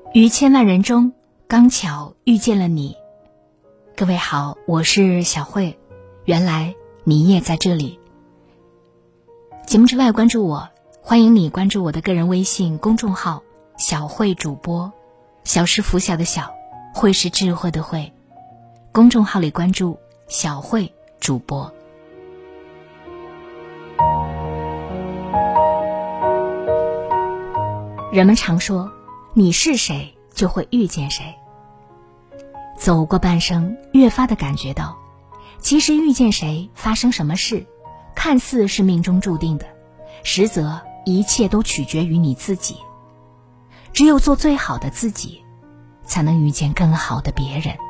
于千万人中，刚巧遇见了你。各位好，我是小慧，原来你也在这里。节目之外关注我，欢迎你关注我的个人微信公众号小慧主播，小是拂晓的小，慧是智慧的慧。公众号里关注小慧主播。人们常说，你是谁就会遇见谁。走过半生，越发的感觉到，其实遇见谁，发生什么事，看似是命中注定的，实则一切都取决于你自己。只有做最好的自己，才能遇见更好的别人。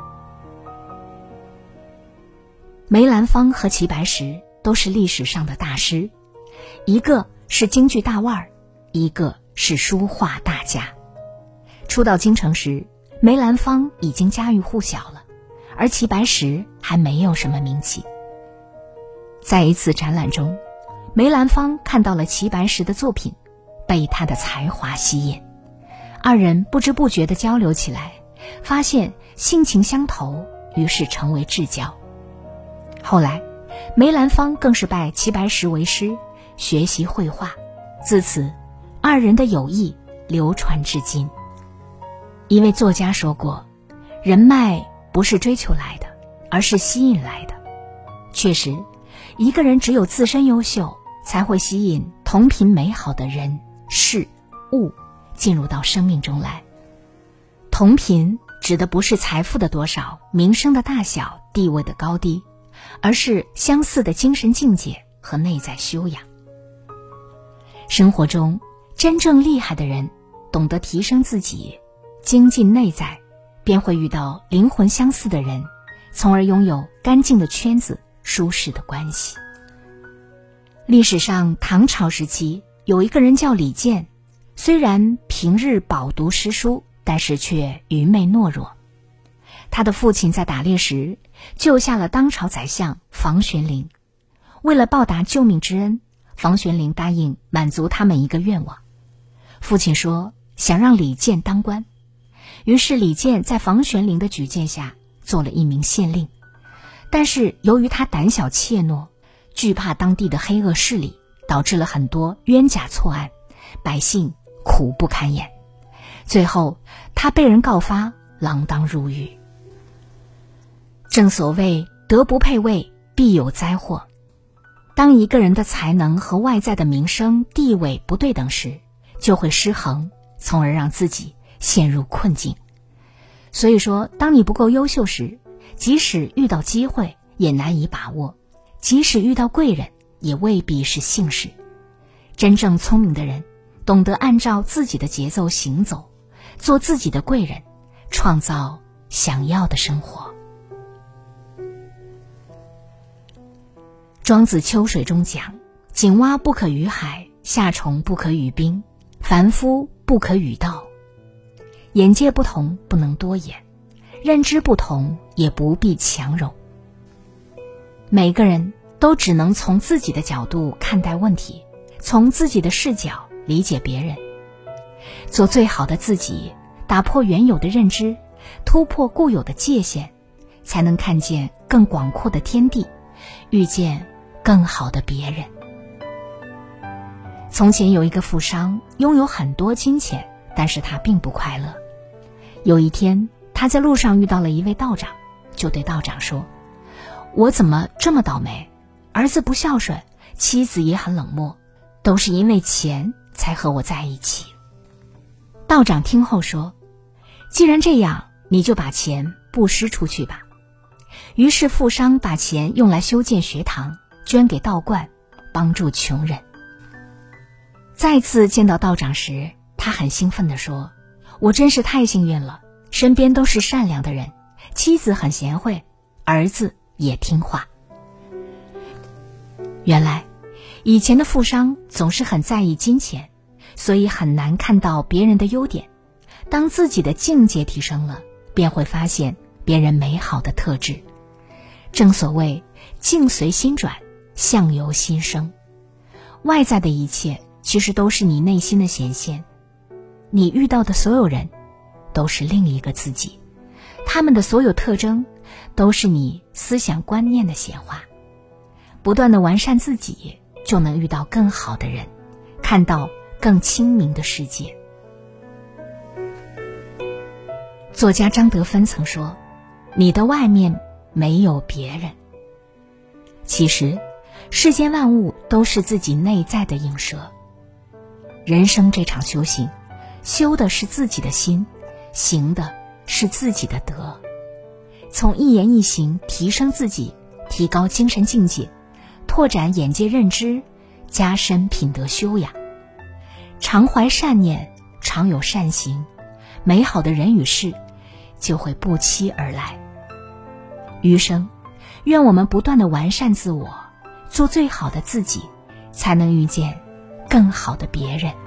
梅兰芳和齐白石都是历史上的大师，一个是京剧大腕儿，一个是书画大家。初到京城时，梅兰芳已经家喻户晓了，而齐白石还没有什么名气。在一次展览中，梅兰芳看到了齐白石的作品，被他的才华吸引，二人不知不觉地交流起来，发现性情相投，于是成为至交。后来梅兰芳更是拜齐白石为师，学习绘画，自此二人的友谊流传至今。一位作家说过，人脉不是追求来的，而是吸引来的。确实，一个人只有自身优秀，才会吸引同频美好的人、事、物进入到生命中来。同频指的不是财富的多少、名声的大小、地位的高低，而是相似的精神境界和内在修养。生活中真正厉害的人，懂得提升自己，精进内在，便会遇到灵魂相似的人，从而拥有干净的圈子、舒适的关系。历史上唐朝时期，有一个人叫李健，虽然平日饱读诗书，但是却愚昧懦弱。他的父亲在打猎时救下了当朝宰相房玄龄，为了报答救命之恩，房玄龄答应满足他们一个愿望。父亲说想让李健当官，于是李健在房玄龄的举荐下做了一名县令。但是由于他胆小怯懦，惧怕当地的黑恶势力，导致了很多冤假错案，百姓苦不堪言。最后他被人告发，锒铛入狱。正所谓德不配位，必有灾祸。当一个人的才能和外在的名声地位不对等时，就会失衡，从而让自己陷入困境。所以说，当你不够优秀时，即使遇到机会也难以把握，即使遇到贵人也未必是幸事。真正聪明的人，懂得按照自己的节奏行走，做自己的贵人，创造想要的生活。庄子秋水中讲，井蛙不可语海，夏虫不可语冰，凡夫不可语道。眼界不同不能多言，认知不同也不必强融。每个人都只能从自己的角度看待问题，从自己的视角理解别人。做最好的自己，打破原有的认知，突破固有的界限，才能看见更广阔的天地，遇见更好的别人。从前有一个富商，拥有很多金钱，但是他并不快乐。有一天，他在路上遇到了一位道长，就对道长说，我怎么这么倒霉，儿子不孝顺，妻子也很冷漠，都是因为钱才和我在一起。道长听后说，既然这样，你就把钱布施出去吧。于是富商把钱用来修建学堂，捐给道观，帮助穷人。再次见到道长时，他很兴奋地说，我真是太幸运了，身边都是善良的人，妻子很贤惠，儿子也听话。原来以前的富商总是很在意金钱，所以很难看到别人的优点。当自己的境界提升了，便会发现别人美好的特质。正所谓境随心转，相由心生。外在的一切其实都是你内心的显现。你遇到的所有人都是另一个自己，他们的所有特征都是你思想观念的显化。不断地完善自己，就能遇到更好的人，看到更清明的世界。作家张德芬曾说，你的外面没有别人。其实世间万物都是自己内在的映射。人生这场修行，修的是自己的心，行的是自己的德。从一言一行提升自己，提高精神境界，拓展眼界认知，加深品德修养。常怀善念，常有善行，美好的人与事就会不期而来。余生，愿我们不断地完善自我，做最好的自己，才能遇见更好的别人。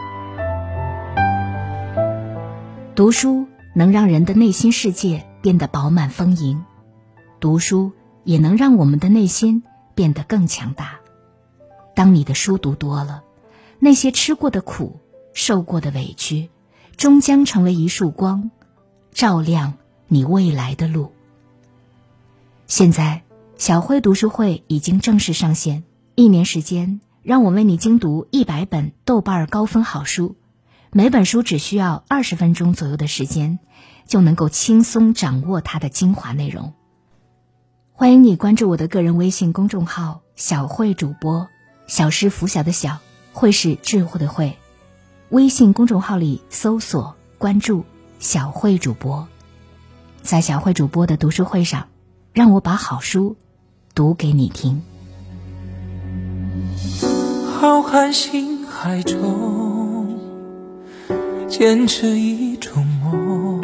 读书能让人的内心世界变得饱满丰盈，读书也能让我们的内心变得更强大。当你的书读多了，那些吃过的苦，受过的委屈，终将成为一束光，照亮你未来的路。现在小慧读书会已经正式上线，1年时间，让我为你精读100本豆瓣高分好书，每本书只需要20分钟左右的时间，就能够轻松掌握它的精华内容。欢迎你关注我的个人微信公众号小慧主播，小是拂晓的小，慧是智慧的慧。微信公众号里搜索关注小慧主播。在小慧主播的读书会上，让我把好书读给你听。 浩瀚星海中，坚持一种梦，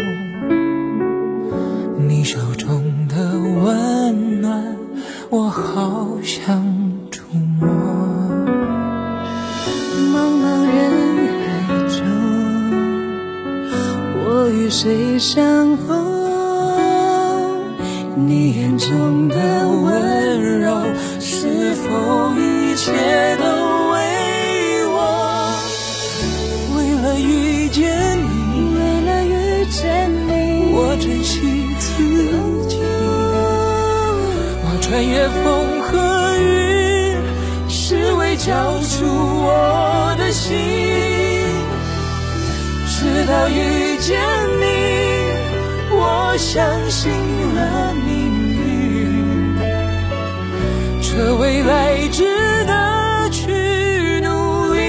你手中的温暖，我好想触摸。 茫茫人海中，我与谁相逢？你眼中的温柔，是否一切都为我？为了遇见你，为了遇见你，我珍惜自己。我穿越风和雨，是为交出我的心。直到遇见你，我相信了命运，这未来值得去努力。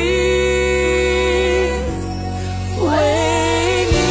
为你，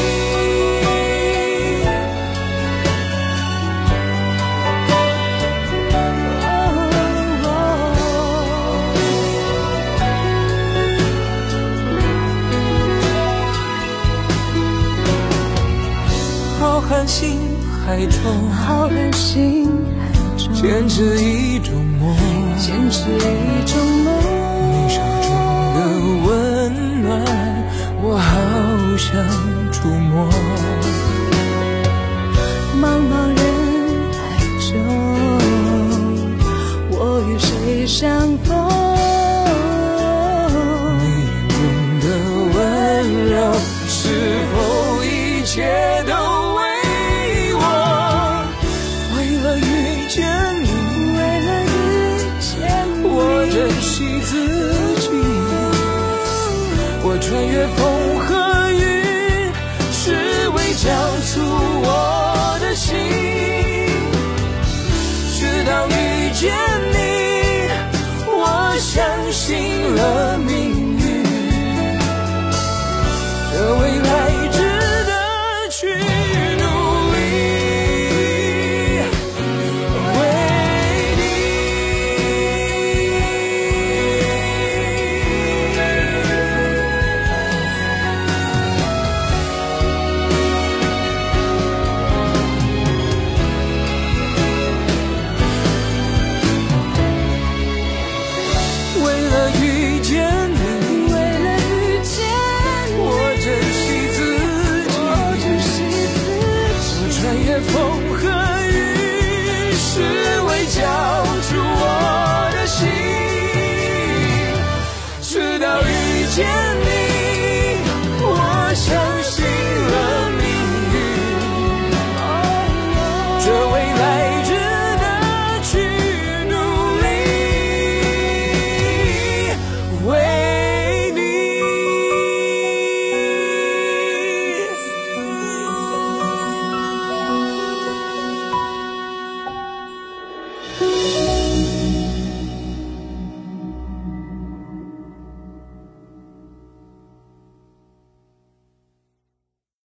浩瀚星海中，浩瀚星海中，坚持一种梦，坚持一种梦。你手中的温暖，我好想触摸。茫茫人海中，我与谁相逢？你眼中的温柔，是否一切都穿越风和雨，是为交出我的心。直到遇见你，我相信了命运，这未来值得去努力。为你，为了遇